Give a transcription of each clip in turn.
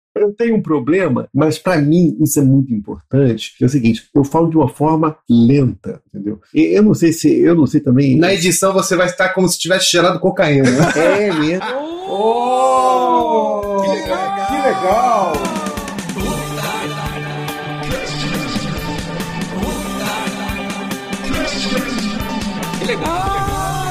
Eu tenho um problema, mas para mim isso é muito importante, que é o seguinte, eu falo de uma forma lenta, entendeu? E eu não sei também... Na edição você vai estar como se tivesse cheirado cocaína. É mesmo. Oh! Que legal! Que legal! Que legal!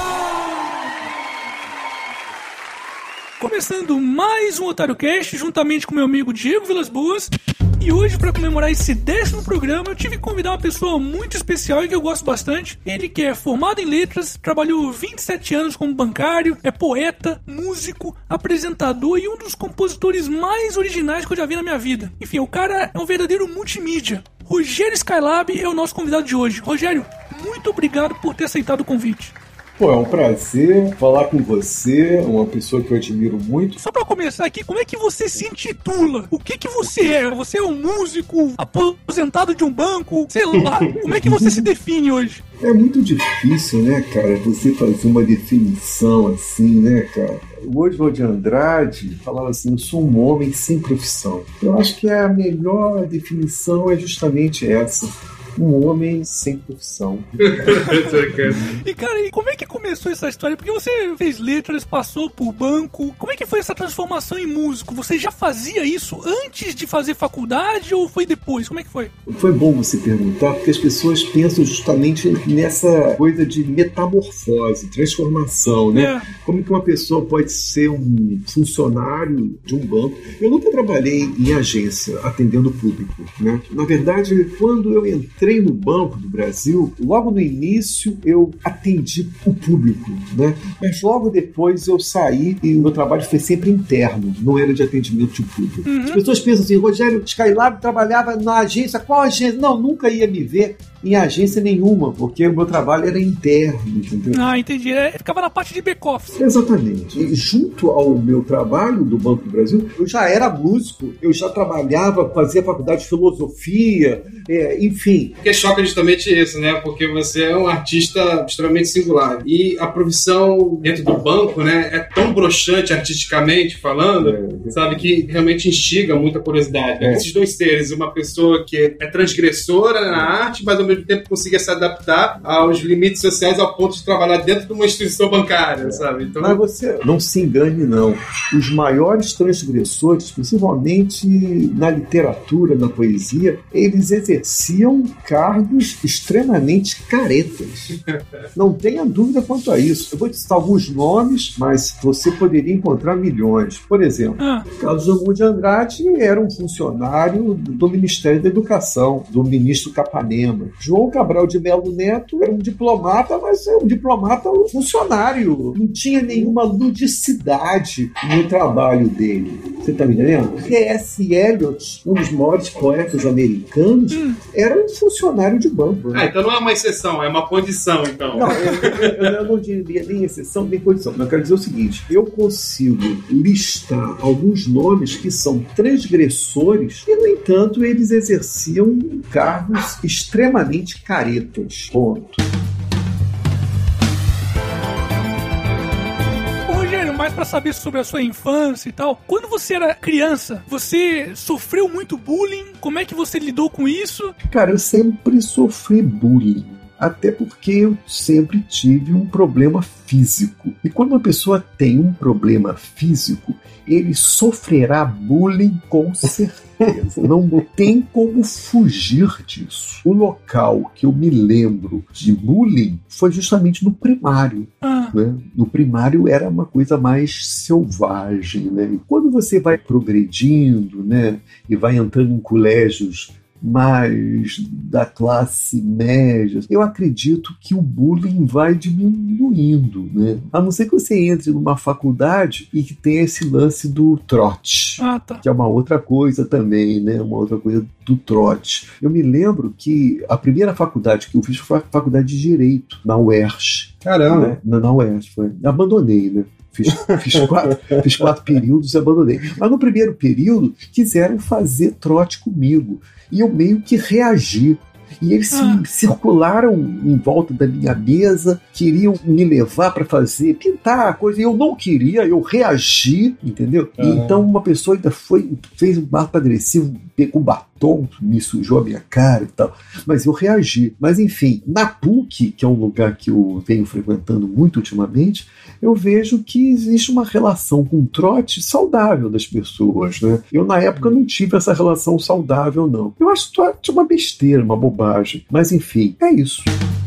Começando mais um OtárioCast, juntamente com meu amigo Diego Vilas Boas. E hoje, para comemorar esse 10º programa, eu tive que convidar uma pessoa muito especial e que eu gosto bastante. Ele que é formado em letras, trabalhou 27 anos como bancário, é poeta, músico, apresentador e um dos compositores mais originais que eu já vi na minha vida. Enfim, o cara é um verdadeiro multimídia. Rogério Skylab é o nosso convidado de hoje. Rogério, muito obrigado por ter aceitado o convite. Pô, é um prazer falar com você, uma pessoa que eu admiro muito. Só pra começar aqui, como é que você se intitula? O que você é? Você é um músico aposentado de um banco? Sei lá, como é que você se define hoje? É muito difícil, né, cara, você fazer uma definição assim, né, cara? O Oswald de Andrade falava assim, eu sou um homem sem profissão. Eu acho que a melhor definição é justamente essa. Um homem sem profissão. E cara, e como é que começou essa história? Porque você fez letras, passou por banco. Como é que foi essa transformação em músico? Você já fazia isso antes de fazer faculdade ou foi depois? Como é que foi? Foi bom você perguntar, porque as pessoas pensam justamente nessa coisa de metamorfose, transformação, né? É. Como que uma pessoa pode ser um funcionário de um banco? Eu nunca trabalhei em agência atendendo o público, né? Na verdade, quando eu entrei no Banco do Brasil, logo no início eu atendi o público, né? Mas logo depois eu saí e o meu trabalho foi sempre interno, não era de atendimento de público. As pessoas pensam assim, Rogério Skylab trabalhava na agência, qual agência? Não, nunca ia me ver em agência nenhuma, porque o meu trabalho era interno, entendeu? Ah, entendi. Ficava na parte de back-office. Exatamente. E junto ao meu trabalho do Banco do Brasil, eu já era músico, eu já trabalhava, fazia faculdade de filosofia, enfim. Porque choca justamente isso, né? Porque você é um artista extremamente singular. E a profissão dentro do banco, né, é tão broxante artisticamente falando, sabe, que realmente instiga muita curiosidade. Esses dois seres, uma pessoa que é transgressora na arte, mas ao mesmo tempo consiga se adaptar aos limites sociais ao ponto de trabalhar dentro de uma instituição bancária, sabe? Então... Mas você não se engane, não. Os maiores transgressores, principalmente na literatura, na poesia, eles exerciam cargos extremamente caretas. Não tenha dúvida quanto a isso. Eu vou te citar alguns nomes, mas você poderia encontrar milhões. Por exemplo, Carlos Drummond de Andrade era um funcionário do Ministério da Educação, do ministro Capanema. João Cabral de Melo Neto era um diplomata, mas é um diplomata funcionário. Não tinha nenhuma ludicidade no trabalho dele. Você está me entendendo? T.S. Eliot, um dos maiores poetas americanos, era um funcionário de banco. Né? Então não é uma exceção, é uma condição, então. Não, eu não diria nem exceção, nem condição. Mas eu quero dizer o seguinte, eu consigo listar alguns nomes que são transgressores e, no entanto, eles exerciam cargos extremamente caretas. Ponto. Mais pra saber sobre a sua infância e tal. Quando você era criança, você sofreu muito bullying? Como é que você lidou com isso? Cara, eu sempre sofri bullying. Até porque eu sempre tive um problema físico. E quando uma pessoa tem um problema físico, ele sofrerá bullying com certeza. Não tem como fugir disso. O local que eu me lembro de bullying foi justamente no primário. Né? No primário era uma coisa mais selvagem. Né? E quando você vai progredindo, né, e vai entrando em colégios mais da classe média, eu acredito que o bullying vai diminuindo, né? A não ser que você entre numa faculdade e que tenha esse lance do trote, que é uma outra coisa também, né? Uma outra coisa do trote. Eu me lembro que a primeira faculdade que eu fiz foi a faculdade de Direito, na UERJ. Caramba! Né? Na UERJ, foi. Abandonei, né? Fiz 4 períodos e abandonei. Mas no primeiro período quiseram fazer trote comigo. E eu meio que reagi. E eles circularam em volta da minha mesa, queriam me levar para pintar a coisa, e eu não queria, eu reagi, entendeu? E então uma pessoa ainda fez um marco agressivo, pegou um batom, me sujou a minha cara e tal, mas eu reagi. Mas enfim, na PUC, que é um lugar que eu venho frequentando muito ultimamente, eu vejo que existe uma relação com o trote saudável das pessoas, né? Eu na época não tive essa relação saudável, não. Eu acho trote uma besteira, uma bobagem, mas enfim, é isso.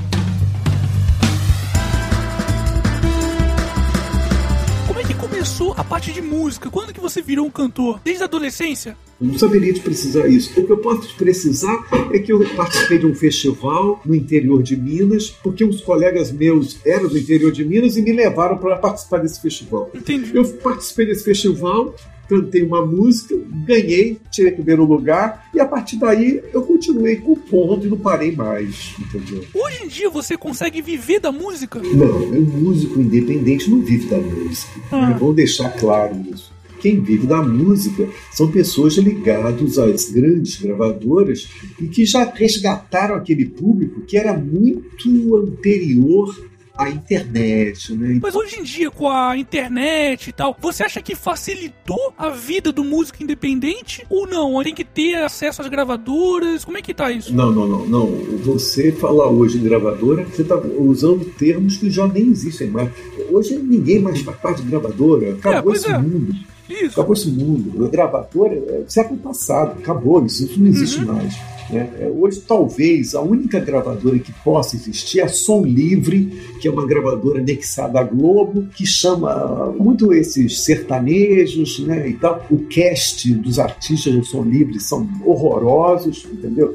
A parte de música, quando que você virou um cantor? Desde a adolescência? Eu não saberia te precisar isso. O que eu posso te precisar é que eu participei de um festival no interior de Minas, porque uns colegas meus eram do interior de Minas e me levaram para participar desse festival. Entendi. Eu participei desse festival, cantei uma música, ganhei, tirei primeiro lugar, e a partir daí eu continuei compondo e não parei mais, entendeu? Hoje em dia você consegue viver da música? Não, um músico independente não vive da música. Vamos deixar claro isso. Quem vive da música são pessoas ligadas às grandes gravadoras e que já resgataram aquele público que era muito anterior à internet, né? Mas hoje em dia, com a internet e tal, você acha que facilitou a vida do músico independente? Ou não? Tem que ter acesso às gravadoras? Como é que tá isso? Não. Você falar hoje em gravadora, você tá usando termos que já nem existem mais. Hoje ninguém mais faz parte de gravadora. Acabou esse mundo. Isso. Acabou esse mundo. A gravadora é século passado. Acabou isso. Isso não existe mais. Hoje, talvez, a única gravadora que possa existir é a Som Livre, que é uma gravadora anexada à Globo, que chama muito esses sertanejos, né, e tal. O cast dos artistas do Som Livre são horrorosos, entendeu?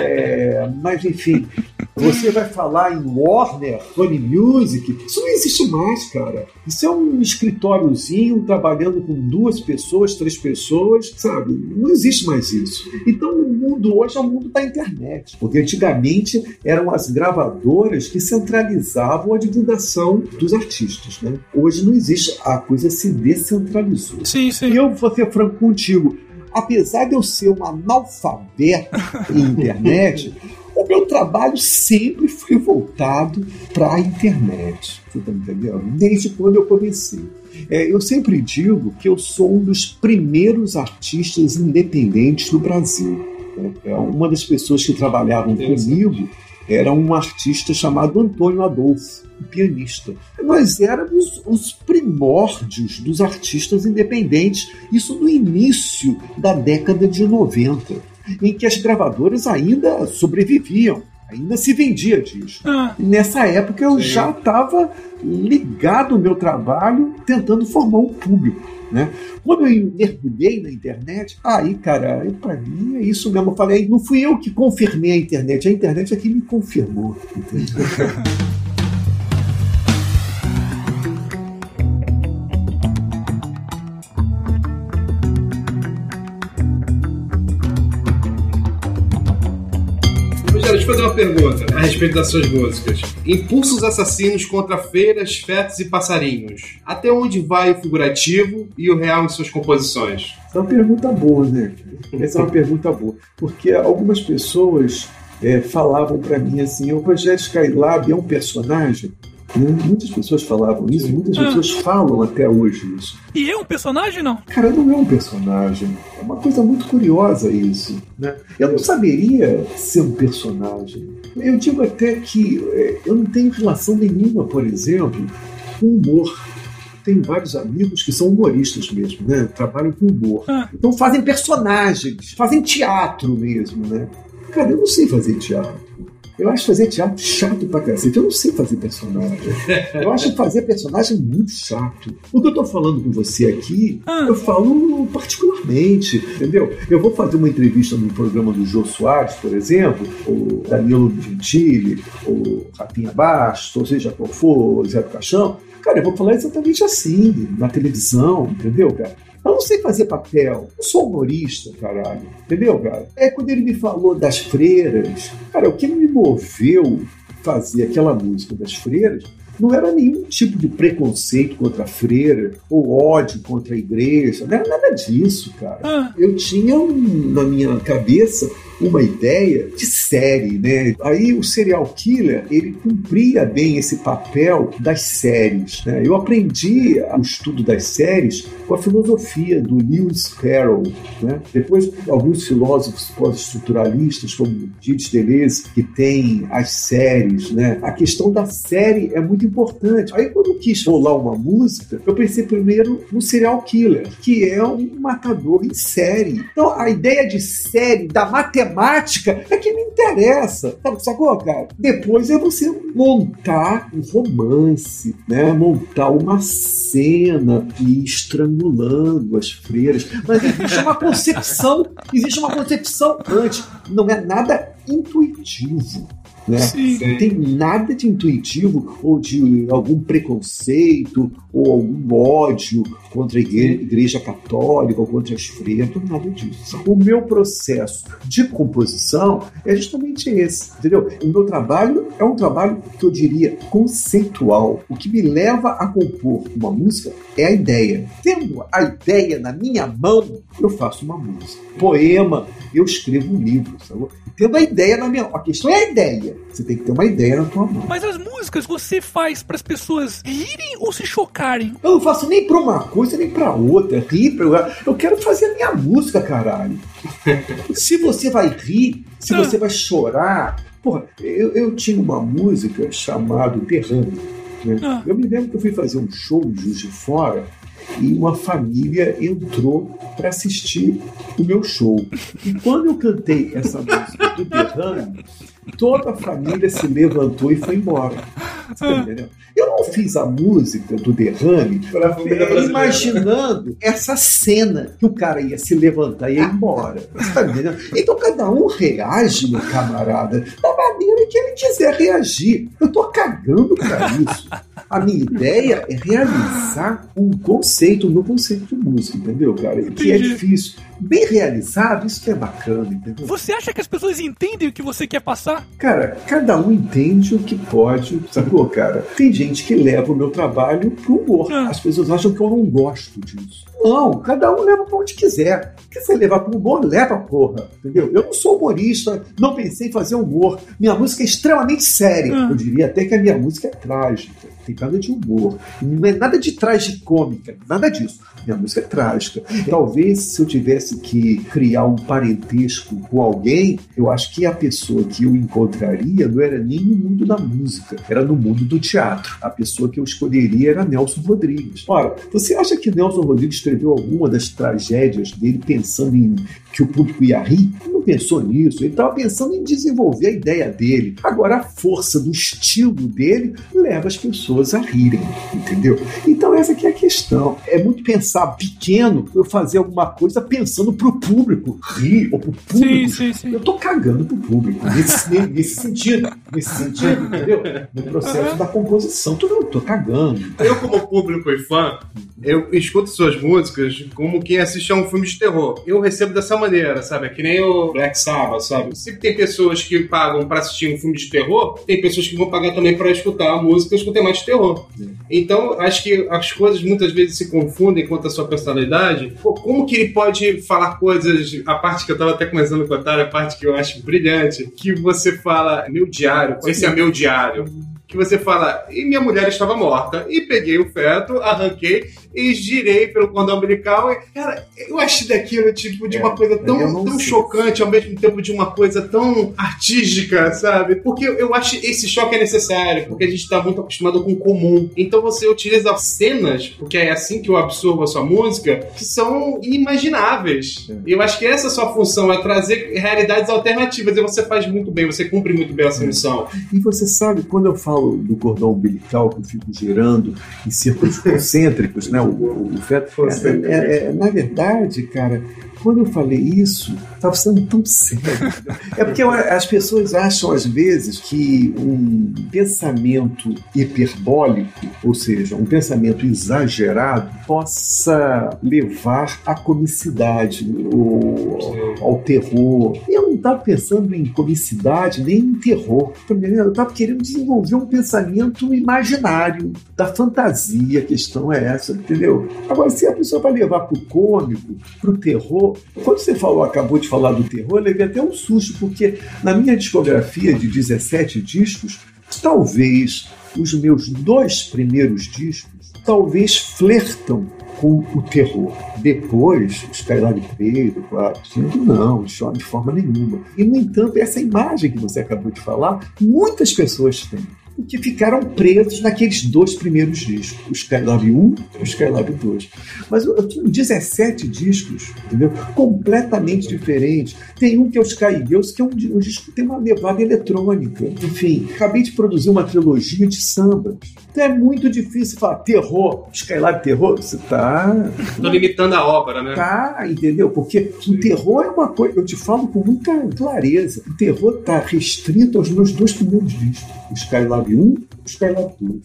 Mas, enfim, você vai falar em Warner, Sony Music, isso não existe mais, cara. Isso é um escritóriozinho trabalhando com 2 pessoas, 3 pessoas, sabe? Não existe mais isso. Então, o mundo hoje é o mundo da internet, porque antigamente eram as gravadoras que centralizavam a divulgação dos artistas, né? Hoje não existe, a coisa se descentralizou. Sim. E eu vou ser franco contigo, apesar de eu ser um analfabeto em internet, o meu trabalho sempre foi voltado para a internet, você tá entendendo? Desde quando eu comecei. Eu sempre digo que eu sou um dos primeiros artistas independentes do Brasil. Uma das pessoas que trabalhavam comigo era um artista chamado Antônio Adolfo, um pianista. Nós éramos os primórdios dos artistas independentes, isso no início da década de 90, em que as gravadoras ainda sobreviviam, ainda se vendia disco. Nessa época eu já estava ligado ao meu trabalho, tentando formar um público, né? Quando eu mergulhei na internet, aí, cara, para mim é isso mesmo. Eu falei, não fui eu que confirmei a internet é que me confirmou. Entendeu? Deixa eu fazer uma pergunta a respeito das suas músicas. Impulsos assassinos contra feiras, fetos e passarinhos. Até onde vai o figurativo e o real em suas composições? Essa é uma pergunta boa, né? Essa é uma pergunta boa. Porque algumas pessoas falavam para mim assim, o Rogério Skylab é um personagem. Muitas pessoas falavam isso, muitas pessoas falam até hoje isso. E é um personagem, não? Cara, não é um personagem. É uma coisa muito curiosa isso, né? Eu não saberia ser um personagem. Eu digo até que eu não tenho relação nenhuma, por exemplo, com humor. Tenho vários amigos que são humoristas mesmo, né? Trabalham com humor. Então fazem personagens, fazem teatro mesmo, né? Cara, eu não sei fazer teatro. Eu acho fazer teatro chato pra cacete. Eu não sei fazer personagem. Eu acho fazer personagem muito chato. O que eu tô falando com você aqui, eu falo particularmente, entendeu? Eu vou fazer uma entrevista no programa do Jô Soares, por exemplo, o Danilo Gentili, o Rafinha Bastos, ou seja, qual for, o Zé do Caixão. Cara, eu vou falar exatamente assim, na televisão, entendeu, cara? Eu não sei fazer papel, eu sou humorista, caralho, entendeu, cara? Quando ele me falou das freiras, cara, o que me moveu fazer aquela música das freiras não era nenhum tipo de preconceito contra a freira ou ódio contra a igreja, não era nada disso, cara. Eu tinha na minha cabeça uma ideia de série, né? Aí o serial killer, ele cumpria bem esse papel das séries, né? Eu aprendi o estudo das séries com a filosofia do Lewis Carroll, né? Depois, alguns filósofos pós-estruturalistas, como Gilles Deleuze, que tem as séries, né? A questão da série é muito importante. Aí, quando eu quis rolar uma música, eu pensei primeiro no serial killer, que é um matador em série. Então, a ideia de série, da matemática, é que me interessa. Sacou, cara? Depois é você montar um romance, né? Montar uma cena e estrangulando as freiras. Mas existe uma concepção antes. Não é nada intuitivo. Né? Não tem nada de intuitivo ou de algum preconceito ou algum ódio contra a igreja católica ou contra as freiras, nada disso. O meu processo de composição é justamente esse, entendeu? O meu trabalho é um trabalho que eu diria conceitual. O que me leva a compor uma música é a ideia. Tendo a ideia na minha mão, eu faço uma música. Poema, eu escrevo um livro, sabe? Tendo a ideia na minha mão. A questão é a ideia. Você tem que ter uma ideia na tua mão. Mas as músicas você faz para as pessoas rirem ou se chocarem? Eu não faço nem pra uma coisa nem pra outra. Eu quero fazer a minha música, caralho. Se você vai rir, se você vai chorar... Porra, eu tinha uma música chamada Derrame. Né? Eu me lembro que eu fui fazer um show em Juiz de Fora e uma família entrou para assistir o meu show. E quando eu cantei essa música do Derrame, toda a família se levantou e foi embora. Você tá entendendo? Eu não fiz a música do Derrame imaginando essa cena que o cara ia se levantar e ia embora. Você tá entendendo? Então cada um reage, meu camarada, da maneira que ele quiser reagir. Eu tô cagando pra isso. A minha ideia é realizar um conceito, no conceito de música, entendeu, cara? Que é difícil. Bem realizado, isso que é bacana, entendeu? Você acha que as pessoas entendem o que você quer passar? Cara, cada um entende o que pode, sacou, cara? Tem gente que leva o meu trabalho pro humor. As pessoas acham que eu não gosto disso. Não, cada um leva pra onde quiser. Quer você levar pro humor, leva, porra. Entendeu? Eu não sou humorista, não pensei em fazer humor. Minha música é extremamente séria. Eu diria até que a minha música é trágica. Tem nada de humor. Não é nada de tragicômica, nada disso. Minha música é trágica. Talvez se eu tivesse que criar um parentesco com alguém, eu acho que a pessoa que eu encontraria não era nem no mundo da música, era no mundo do teatro. A pessoa que eu escolheria era Nelson Rodrigues. Ora, você acha que Nelson Rodrigues escreveu alguma das tragédias dele pensando em que o público ia rir? Ele não pensou nisso, ele estava pensando em desenvolver a ideia dele. Agora, a força do estilo dele leva as pessoas a rirem, entendeu? Então essa aqui é a questão. É muito pensar pequeno, eu fazer alguma coisa pensando pro público rir, ou pro público. Sim. Eu tô cagando pro público, nesse sentido, entendeu? No processo da composição, eu tô cagando. Eu, como público e fã, eu escuto suas músicas como quem assiste a um filme de terror. Eu recebo dessa maneira, sabe? É que nem o Black Sabbath, sabe? Se tem pessoas que pagam pra assistir um filme de terror, tem pessoas que vão pagar também pra escutar músicas com temas de terror. Então, acho que as coisas muitas vezes se confundem quanto à sua personalidade. Pô, como que ele pode falar coisas, a parte que eu tava até começando a contar, a parte que eu acho brilhante, que você fala, meu diário, esse é meu diário. Que você fala, e minha mulher estava morta, e peguei o feto, arranquei e girei pelo cordão umbilical. E, cara, eu achei daquilo tipo de uma coisa tão chocante, ao mesmo tempo de uma coisa tão artística, sabe? Porque eu acho que esse choque é necessário, porque a gente está muito acostumado com o comum. Então você utiliza cenas, porque é assim que eu absorvo a sua música, que são inimagináveis. E eu acho que essa é a sua função, é trazer realidades alternativas, e você faz muito bem, você cumpre muito bem essa missão. E você sabe, quando eu falo do cordão umbilical, que eu fico girando em círculos concêntricos, né? O feto. Na verdade, cara, quando eu falei isso, estava sendo tão sério. É porque as pessoas acham, às vezes, que um pensamento hiperbólico, ou seja, um pensamento exagerado, possa levar à comicidade ou ao terror. Eu não estava pensando em comicidade nem em terror. Eu estava querendo desenvolver um pensamento imaginário, da fantasia. A questão é essa, entendeu? Agora, se a pessoa vai levar para o cômico, para o terror, quando você acabou de falar do terror, eu levei até um susto, porque na minha discografia de 17 discos, talvez os meus 2 primeiros discos, talvez flertam com o terror. Depois, os Skylab 3, o 4, 5, não, de forma nenhuma. E, no entanto, essa imagem que você acabou de falar, muitas pessoas têm, que ficaram presos naqueles 2 primeiros discos, o Skylab 1 e o Skylab 2. Mas eu tinha 17 discos, entendeu? Completamente diferentes. Tem um que é o Sky Girls, que é um disco que tem uma levada eletrônica. Enfim, acabei de produzir uma trilogia de sambas. Então é muito difícil falar terror, Skylab terror, você tá... Tô limitando a obra, né? Tá, entendeu? Porque o terror é uma coisa, eu te falo com muita clareza, o terror tá restrito aos meus 2 primeiros discos, o Skylab 1 e o Skylab 2.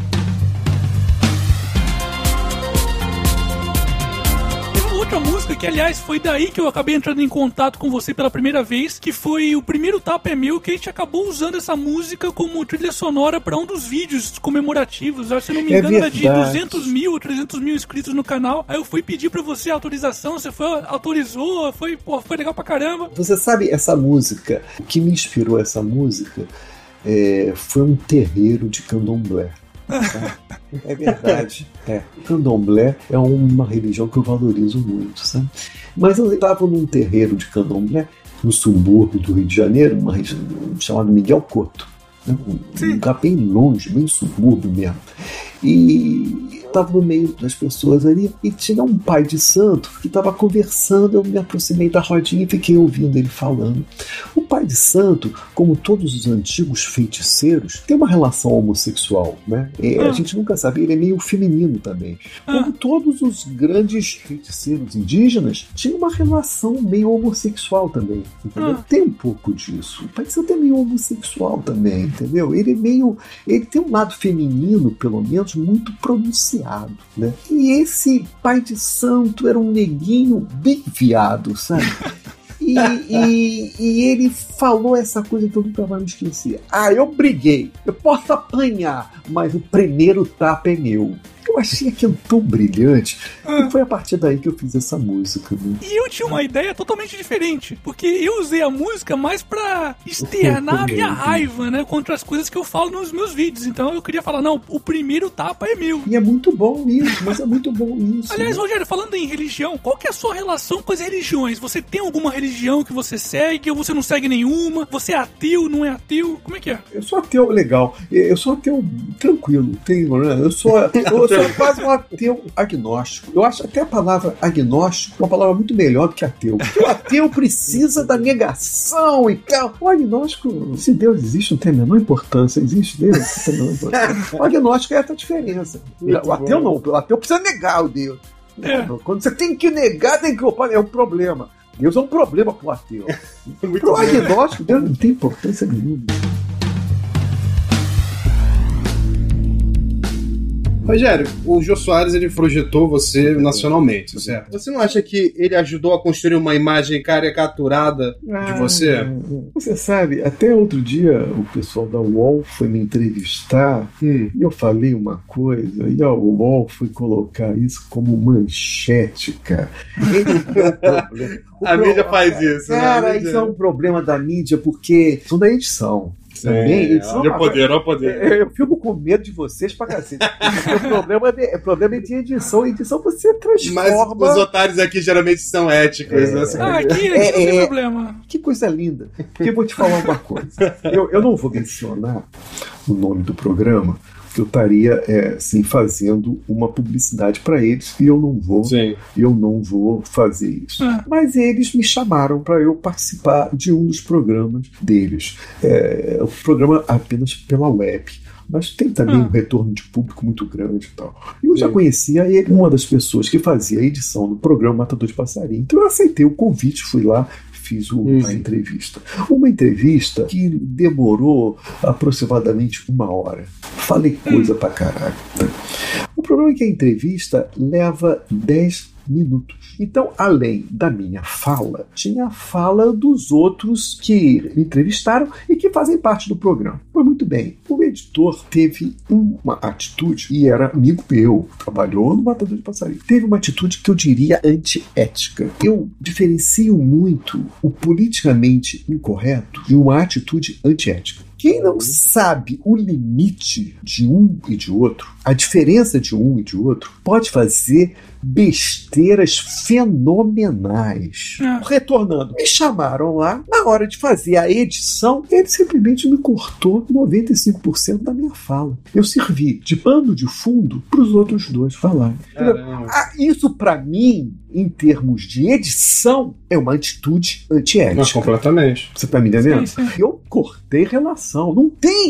Outra música que, aliás, foi daí que eu acabei entrando em contato com você pela primeira vez, que foi o Primeiro Tapa é Meu, que a gente acabou usando essa música como trilha sonora para um dos vídeos comemorativos. Se eu não me engano, era de 200 mil ou 300 mil inscritos no canal. Aí eu fui pedir para você a autorização, você autorizou, foi legal pra caramba. Você sabe, essa música, o que me inspirou essa música foi um terreiro de candomblé. É verdade. O candomblé é uma religião que eu valorizo muito, sabe? Mas eu estava num terreiro de candomblé no subúrbio do Rio de Janeiro, uma região chamada Miguel Couto, né? Um lugar bem longe, bem subúrbio mesmo. E estava no meio das pessoas ali e tinha um pai de santo que estava conversando. Eu me aproximei da rodinha e fiquei ouvindo ele falando. O pai de santo, como todos os antigos feiticeiros, tem uma relação homossexual, né? A gente nunca sabe, ele é meio feminino também. Como todos os grandes feiticeiros indígenas, tinha uma relação meio homossexual também, entendeu? Tem um pouco disso. O pai de santo é meio homossexual também, entendeu? Ele tem um lado feminino, pelo menos, muito pronunciado, né? E esse pai de santo era um neguinho bem viado, sabe? E ele falou essa coisa que eu nunca mais me esqueci. Eu briguei, eu posso apanhar, mas o primeiro tapa é meu. Eu achei aquilo tão brilhante. E foi a partir daí que eu fiz essa música, né? E eu tinha uma ideia totalmente diferente, porque eu usei a música mais pra externar a minha raiva, né, contra as coisas que eu falo nos meus vídeos. Então eu queria falar, não, o primeiro tapa é meu. E é muito bom isso, mas é muito bom isso. Aliás, Rogério, falando em religião, qual que é a sua relação com as religiões? Você tem alguma religião que você segue, ou você não segue nenhuma? Você é ateu, não é ateu? Como é que é? Eu sou ateu legal. Eu sou ateu tranquilo. Eu sou quase um ateu agnóstico. Eu acho até a palavra agnóstico uma palavra muito melhor do que ateu. Porque o ateu precisa da negação e tal. O agnóstico, se Deus existe, não tem a menor importância. Existe Deus, não tem a menor importância. O agnóstico é essa diferença. O ateu não. O ateu precisa negar o Deus. Quando você tem que negar, tem que ocupar. É um problema. Deus é um problema pro ateu. Pro agnóstico, Deus não tem importância nenhuma. Rogério, o Jô Soares, ele projetou você nacionalmente, certo? Você não acha que ele ajudou a construir uma imagem caricaturada de você? Você sabe, até outro dia o pessoal da UOL foi me entrevistar e eu falei uma coisa e a UOL foi colocar isso como manchete, cara. A mídia faz isso, cara, né? Isso é um problema da mídia, porque são da edição. Também, olha o poder. Eu fico com medo de vocês pra cacete. O problema é de edição. Edição você transforma. Mas os otários aqui geralmente são éticos. Aqui não tem problema. Que coisa linda. Porque eu vou te falar uma coisa. Eu não vou mencionar o nome do programa, eu estaria fazendo uma publicidade para eles e eu não vou fazer isso. Mas eles me chamaram para eu participar de um dos programas deles. O programa apenas pela web. mas tem também um retorno de público muito grande e tal. Eu já conhecia ele, uma das pessoas que fazia a edição do programa Matador de Passarinho. Então eu aceitei o convite, fui lá, fiz a entrevista. Uma entrevista que demorou aproximadamente 1 hora. Falei coisa pra caralho. Né? O problema é que a entrevista leva 10 minutos. Então, além da minha fala, tinha a fala dos outros que me entrevistaram e que fazem parte do programa. Foi muito bem. O editor teve uma atitude, e era amigo meu, trabalhou no Matador de Passarinho, teve uma atitude que eu diria antiética. Eu diferencio muito o politicamente incorreto de uma atitude antiética. Quem não sabe o limite de um e de outro, a diferença de um e de outro, pode fazer besteiras fenomenais. Retornando, me chamaram lá, na hora de fazer a edição, ele simplesmente me cortou 95% da minha fala. Eu servi de pano de fundo para os outros dois falarem. Isso, para mim, em termos de edição, é uma atitude antiética. Mas completamente. Você tá me entendendo? Sim. Eu cortei relação. Não tem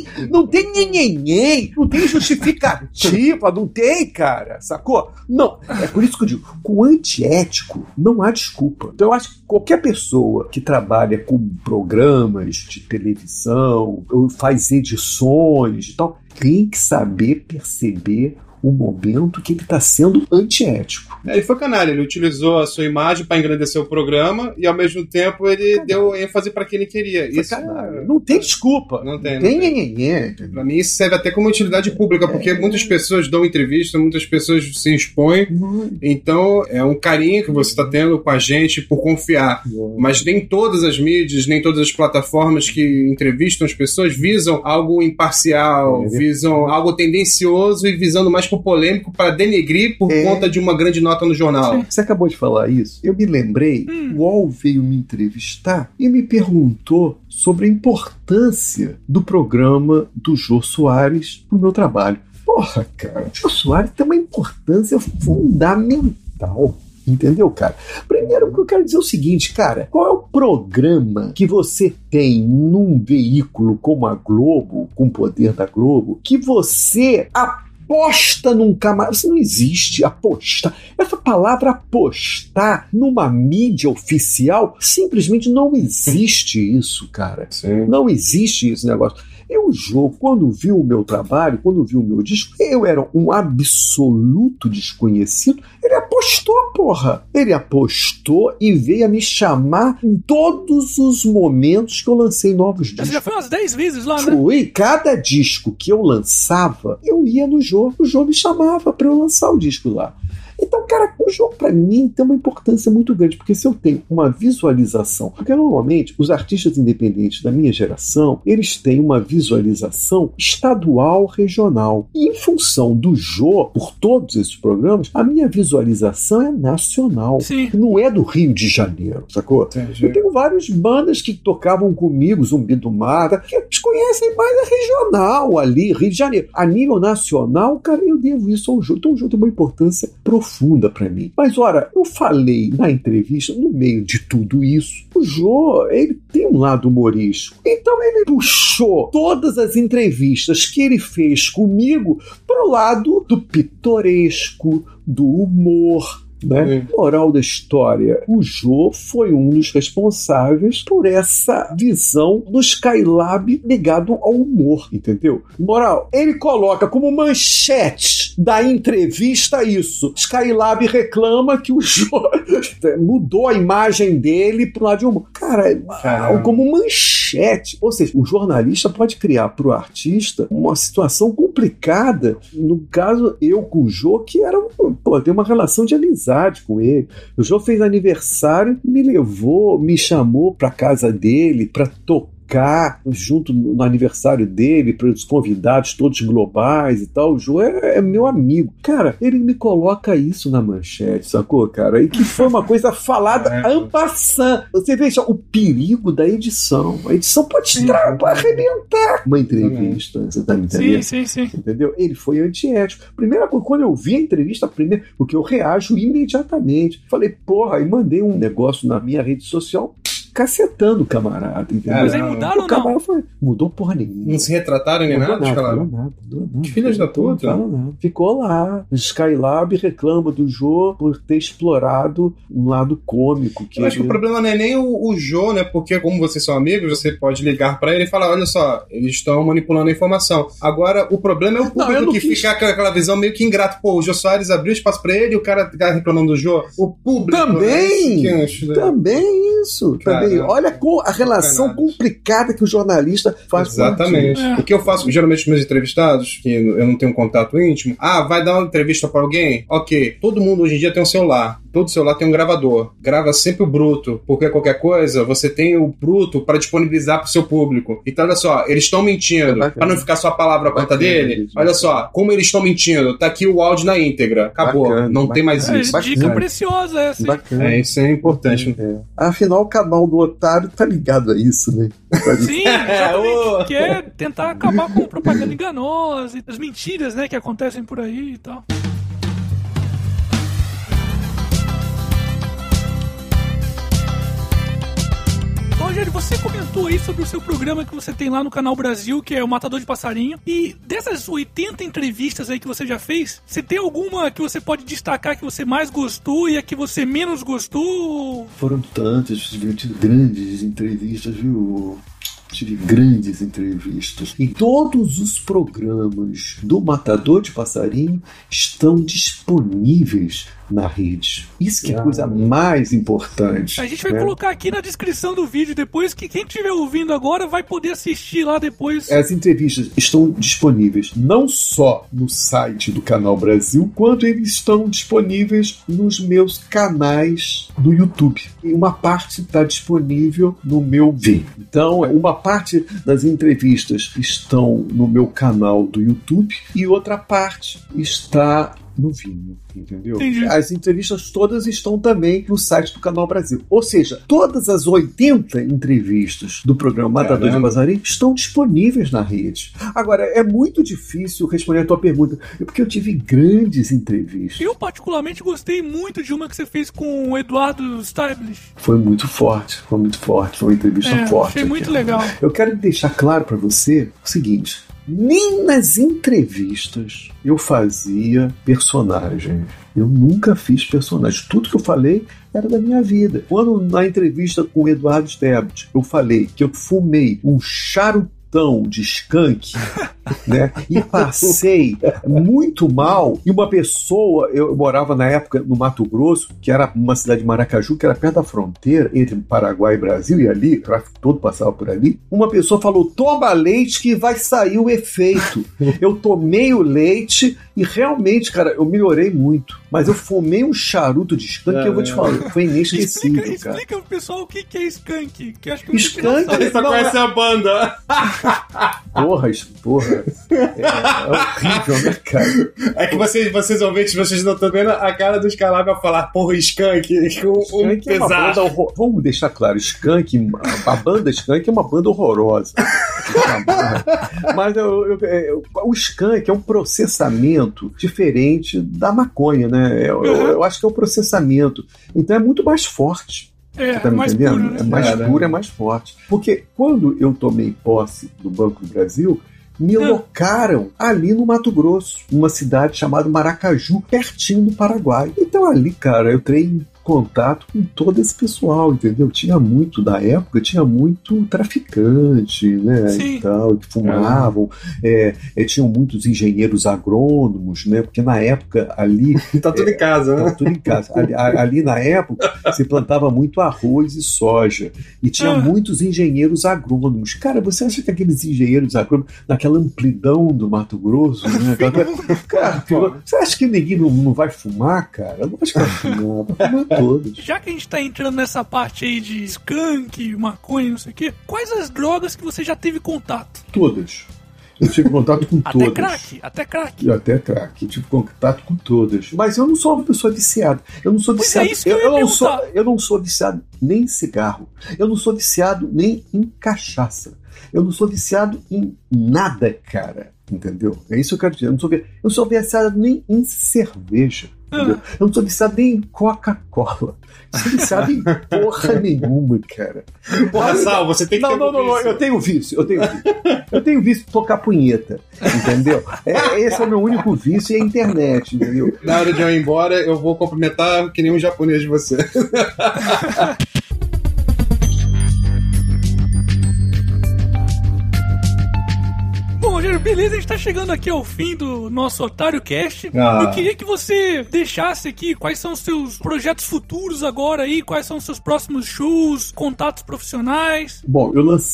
nhenhenhen, não tem justificativa, não tem, cara, sacou? Não, é por isso que eu digo, com o antiético não há desculpa. Então eu acho que qualquer pessoa que trabalha com programas de televisão, ou faz edições e tal, tem que saber perceber o momento que ele está sendo antiético. Ele foi canalha, ele utilizou a sua imagem para engrandecer o programa e ao mesmo tempo ele deu ênfase para quem ele queria. Isso não tem desculpa. Não tem. Para mim isso serve até como utilidade pública, porque muitas pessoas dão entrevista, muitas pessoas se expõem, então é um carinho que você está tendo com a gente por confiar. Mas nem todas as mídias, nem todas as plataformas que entrevistam as pessoas visam algo imparcial, visam algo tendencioso e visando mais pro polêmico para denegrir por conta de uma grande nota no jornal. Você acabou de falar isso. Eu me lembrei, o UOL veio me entrevistar e me perguntou sobre a importância do programa do Jô Soares pro meu trabalho. Porra, cara, o Jô Soares tem uma importância fundamental. Entendeu, cara? Primeiro, o que eu quero dizer é o seguinte, cara. Qual é o programa que você tem num veículo como a Globo, com o poder da Globo, que você aposta num camarada? Isso não existe, apostar. Essa palavra apostar numa mídia oficial, simplesmente não existe isso, cara. Sim. Não existe esse negócio. O Jô, quando viu o meu trabalho, quando viu o meu disco, eu era um absoluto desconhecido. Ele apostou, porra. Ele apostou e veio a me chamar em todos os momentos que eu lancei novos discos. Você já foi umas 10 vezes lá, né? Fui. Cada disco que eu lançava, eu ia no Jô. O Jô me chamava para eu lançar o disco lá. Então, cara, o Jô pra mim tem uma importância muito grande, porque se eu tenho uma visualização, porque normalmente os artistas independentes da minha geração, eles têm uma visualização estadual, regional. E em função do Jô, por todos esses programas, a minha visualização é nacional. Sim. Não é do Rio de Janeiro, sacou? Entendi. Eu tenho várias bandas que tocavam comigo, Zumbi do Mata, que eles conhecem mais a regional ali, Rio de Janeiro. A nível nacional, cara, eu devo isso ao Jô. Então o Jô tem uma importância profunda para mim. Mas, ora, eu falei na entrevista, no meio de tudo isso, o Jô, ele tem um lado humorístico. Então ele puxou todas as entrevistas que ele fez comigo pro lado do pitoresco, do humor, né? Moral da história, o Jô foi um dos responsáveis por essa visão do Skylab ligado ao humor, entendeu? Moral, ele coloca como manchete da entrevista isso: Skylab reclama que o Jô mudou a imagem dele pro lado de humor. Cara, como manchete. Ou seja, o jornalista pode criar pro artista uma situação complicada. No caso, eu com o Jô, que era, tem uma relação de amizade com ele. O Jô fez aniversário, me levou, me chamou pra casa dele pra tocar junto no aniversário dele, para os convidados todos globais e tal. O Jô é meu amigo. Cara, ele me coloca isso na manchete, sacou, cara? E que foi uma coisa falada en passant. Você veja o perigo da edição. A edição pode arrebentar uma entrevista. Você tá me entendendo? Sim. Entendeu? Ele foi antiético. Primeira coisa, quando eu vi a entrevista, porque eu reajo imediatamente. Falei, porra, e mandei um negócio na minha rede social. cacetando o camarada. Mas aí mudaram ou não? Mudou porra nenhuma. Não se retrataram nem nada, Mudou nada. Que filhas da puta. Ficou lá. Skylab reclama do Jô por ter explorado um lado cômico. Eu acho que o problema não é nem o Jô, né? Porque como vocês são amigos, você pode ligar pra ele e falar, olha só, eles estão manipulando a informação. Agora, o problema é o público que fica com aquela visão meio que ingrata. Pô, o Jô Soares abriu espaço pra ele e o cara tá reclamando do Jô. O público... Também isso. Também. Olha a relação complicada que o jornalista faz. Exatamente. O que eu faço, geralmente, com meus entrevistados, que eu não tenho um contato íntimo, vai dar uma entrevista pra alguém? Ok. Todo mundo hoje em dia tem um celular. Todo celular tem um gravador. Grava sempre o bruto, porque qualquer coisa, você tem o bruto para disponibilizar pro seu público. Então, olha só, eles estão mentindo. Para não ficar só a palavra à conta dele, olha só, como eles estão mentindo. Tá aqui o áudio na íntegra. Acabou. Não tem mais isso. Dica preciosa essa. Isso é importante. Afinal, o canal do Otário tá ligado a isso, né? Sim, exatamente. Que é tentar acabar com propaganda enganosa e as mentiras, né, que acontecem por aí e tal. Rogério, você comentou aí sobre o seu programa que você tem lá no Canal Brasil, que é o Matador de Passarinho. E dessas 80 entrevistas aí que você já fez, você tem alguma que você pode destacar que você mais gostou e a que você menos gostou? Foram tantas, tive grandes entrevistas, viu? Tive grandes entrevistas. E todos os programas do Matador de Passarinho estão disponíveis na rede. Isso que é a coisa mais importante. A gente vai colocar aqui na descrição do vídeo depois, que quem estiver ouvindo agora vai poder assistir lá depois. As entrevistas estão disponíveis não só no site do Canal Brasil, quanto eles estão disponíveis nos meus canais do YouTube. E uma parte está disponível no meu Vimeo. Então, uma parte das entrevistas estão no meu canal do YouTube e outra parte está no Vimeo, entendeu? Entendi. As entrevistas todas estão também no site do Canal Brasil. Ou seja, todas as 80 entrevistas do programa Matador de Passarinho estão disponíveis na rede. Agora, é muito difícil responder a tua pergunta, porque eu tive grandes entrevistas. Eu particularmente gostei muito de uma que você fez com o Eduardo Stablish. Foi muito forte, foi uma entrevista forte. Achei muito legal. Eu quero deixar claro para você o seguinte: nem nas entrevistas eu fazia personagem. Eu nunca fiz personagem. Tudo que eu falei era da minha vida. Quando na entrevista com o Eduardo Stablish eu falei que eu fumei um charutão de skunk, né, e passei muito mal, e uma pessoa, eu morava na época no Mato Grosso, que era uma cidade de Maracaju, que era perto da fronteira entre Paraguai e Brasil, e ali, o tráfico todo passava por ali, uma pessoa falou, toma leite que vai sair o efeito. Eu tomei o leite e realmente, cara, eu melhorei muito, mas eu fumei um charuto de skunk que eu vou te falar, foi inesquecível. Explica pro pessoal o que é skunk, que acho que skunk, você só conhece a banda. Porra. É horrível, né, cara? É que vocês ouvintes, vocês não estão vendo a cara do Skylab a falar, porra, skunk pesado. Vamos deixar claro, skunk, a banda skunk é uma banda horrorosa. Mas o skunk é um processamento diferente da maconha, né? Eu acho que é um processamento. Então é muito mais forte. Tá me entendendo? Puro, né? É mais puro, é mais forte. Porque quando eu tomei posse do Banco do Brasil, me locaram ali no Mato Grosso, numa cidade chamada Maracaju, pertinho do Paraguai. Então ali, cara, eu entrei em contato com todo esse pessoal, entendeu? Tinha muito, da época, tinha muito traficante, né? Sim. E tal, que fumavam. Tinham muitos engenheiros agrônomos, né? Porque na época ali... Tá tudo em casa, né? Tá tudo em casa. Ali na época, se plantava muito arroz e soja. E tinha muitos engenheiros agrônomos. Cara, você acha que aqueles engenheiros agrônomos, naquela amplidão do Mato Grosso, né? Cara, você acha que ninguém não vai fumar, cara? Não vai fumar, vai fumar todos. Já que a gente tá entrando nessa parte aí de skunk, maconha, não sei o quê, quais as drogas que você já teve contato? Todas. Eu tive contato com todas. Até crack. Eu tive contato com todas. Mas eu não sou uma pessoa viciada. Eu não sou viciado. Eu não sou viciado nem em cigarro. Eu não sou viciado nem em cachaça. Eu não sou viciado em nada, cara. Entendeu? É isso que eu quero dizer. Eu não sou viciado nem em cerveja. entendeu? Eu não sou viciado nem em Coca-Cola. Não sou viciado em porra nenhuma, cara. Porra, Sal, você tem que ter Não, eu tenho vício. Eu tenho vício de tocar punheta, entendeu? Esse é o meu único vício, e a internet, entendeu? Na hora de eu ir embora, eu vou cumprimentar que nem um japonês de você. Bom, Rogério, beleza, a gente tá chegando aqui ao fim do nosso Otário Cast. Eu queria que você deixasse aqui quais são os seus projetos futuros agora aí, quais são os seus próximos shows, contatos profissionais. Bom,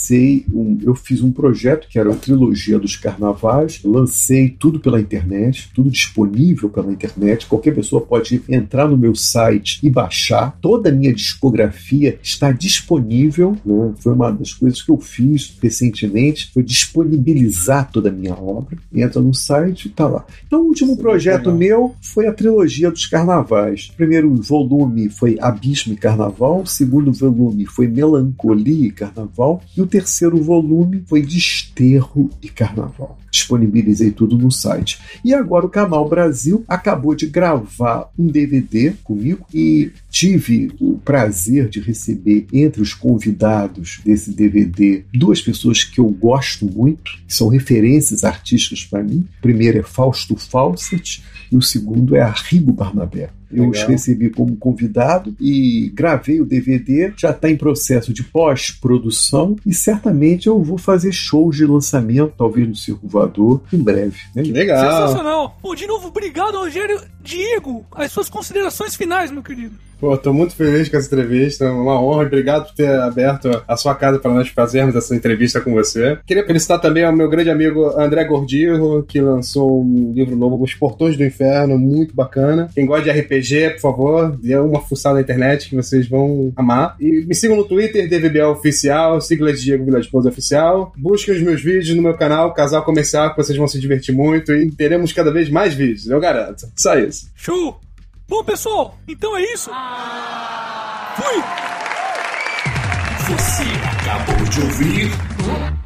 eu fiz um projeto que era a trilogia dos carnavais, lancei tudo pela internet, tudo disponível pela internet, qualquer pessoa pode entrar no meu site e baixar, toda a minha discografia está disponível, né? Foi uma das coisas que eu fiz recentemente, foi disponibilizar toda a minha obra, entra no site e tá lá. Então o último projeto meu foi a trilogia dos carnavais. O primeiro volume foi Abismo e Carnaval, o segundo volume foi Melancolia e Carnaval, e o terceiro volume foi Desterro e Carnaval. Disponibilizei tudo no site. E agora o Canal Brasil acabou de gravar um DVD comigo e tive o prazer de receber entre os convidados desse DVD 2 pessoas que eu gosto muito, que são referências artísticas para mim. O primeiro é Fausto Fawcett e o segundo é Arrigo Barnabé. Eu os recebi como convidado e gravei o DVD, já está em processo de pós-produção e certamente eu vou fazer shows de lançamento, talvez no Circo Voador, em breve. Né? Legal. Sensacional. Pô, de novo, obrigado, Rogério. Diego, as suas considerações finais, meu querido. Pô, tô muito feliz com essa entrevista, uma honra, obrigado por ter aberto a sua casa para nós fazermos essa entrevista com você. Queria felicitar também ao meu grande amigo André Gordirro, que lançou um livro novo, Os Portões do Inferno, muito bacana. Quem gosta de RPG, por favor, dê uma fuçada na internet que vocês vão amar. E me sigam no Twitter, DVBL Oficial, sigla de Diego Vilas Boas Oficial. Busquem os meus vídeos no meu canal, Casal Comercial, que vocês vão se divertir muito e teremos cada vez mais vídeos, eu garanto. Só isso. Show! Bom, pessoal, então é isso. Fui! Você acabou de ouvir